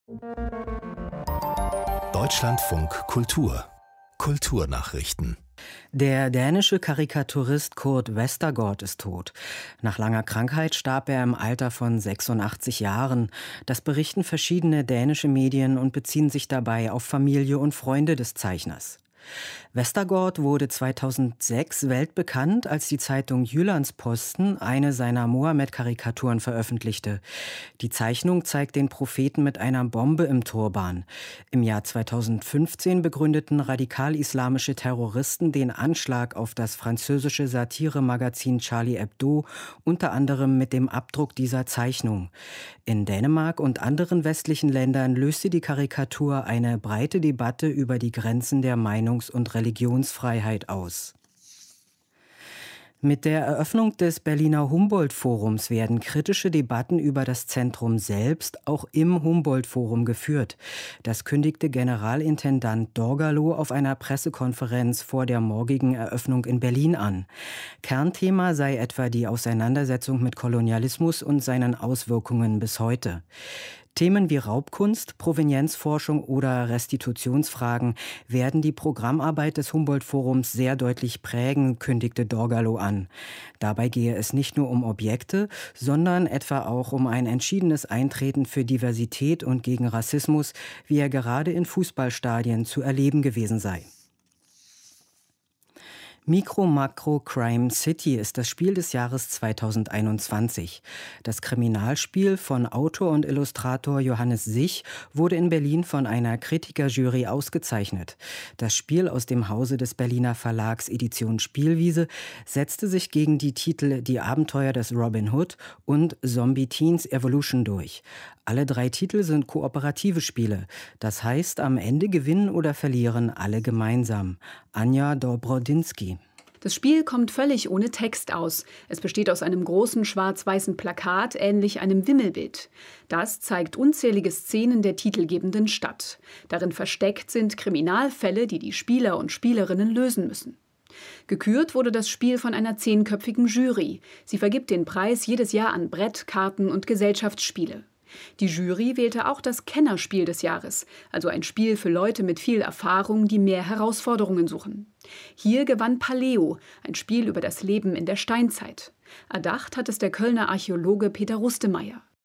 Deutschlandfunk Kultur Kulturnachrichten. Der dänische Karikaturist Kurt Westergaard ist tot. Nach langer Krankheit starb er im Alter von 86 Jahren. Das berichten verschiedene dänische Medien und beziehen sich dabei auf Familie und Freunde des Zeichners. Westergaard wurde 2006 weltbekannt, als die Zeitung Jyllands-Posten eine seiner Mohammed-Karikaturen veröffentlichte. Die Zeichnung zeigt den Propheten mit einer Bombe im Turban. Im Jahr 2015 begründeten radikal-islamische Terroristen den Anschlag auf das französische Satiremagazin Charlie Hebdo, unter anderem mit dem Abdruck dieser Zeichnung. In Dänemark und anderen westlichen Ländern löste die Karikatur eine breite Debatte über die Grenzen der Meinungs- und Religionsfreiheit aus. Mit der Eröffnung des Berliner Humboldt-Forums werden kritische Debatten über das Zentrum selbst auch im Humboldt-Forum geführt. Das kündigte Generalintendant Dorgalow auf einer Pressekonferenz vor der morgigen Eröffnung in Berlin an. Kernthema sei etwa die Auseinandersetzung mit Kolonialismus und seinen Auswirkungen bis heute. Themen wie Raubkunst, Provenienzforschung oder Restitutionsfragen werden die Programmarbeit des Humboldt-Forums sehr deutlich prägen, kündigte Dorgalow an. Dabei gehe es nicht nur um Objekte, sondern etwa auch um ein entschiedenes Eintreten für Diversität und gegen Rassismus, wie er gerade in Fußballstadien zu erleben gewesen sei. Micro-Macro-Crime City ist das Spiel des Jahres 2021. Das Kriminalspiel von Autor und Illustrator Johannes Sich wurde in Berlin von einer Kritikerjury ausgezeichnet. Das Spiel aus dem Hause des Berliner Verlags Edition Spielwiese setzte sich gegen die Titel Die Abenteuer des Robin Hood und Zombie Teens Evolution durch. Alle 3 Titel sind kooperative Spiele. Das heißt, am Ende gewinnen oder verlieren alle gemeinsam. Anja Dobrodinsky. Das Spiel kommt völlig ohne Text aus. Es besteht aus einem großen schwarz-weißen Plakat, ähnlich einem Wimmelbild. Das zeigt unzählige Szenen der titelgebenden Stadt. Darin versteckt sind Kriminalfälle, die die Spieler und Spielerinnen lösen müssen. Gekürt wurde das Spiel von einer 10-köpfigen Jury. Sie vergibt den Preis jedes Jahr an Brett-, Karten- und Gesellschaftsspiele. Die Jury wählte auch das Kennerspiel des Jahres, also ein Spiel für Leute mit viel Erfahrung, die mehr Herausforderungen suchen. Hier gewann Paleo, ein Spiel über das Leben in der Steinzeit. Erdacht hat es der Kölner Archäologe Peter Rustemeyer.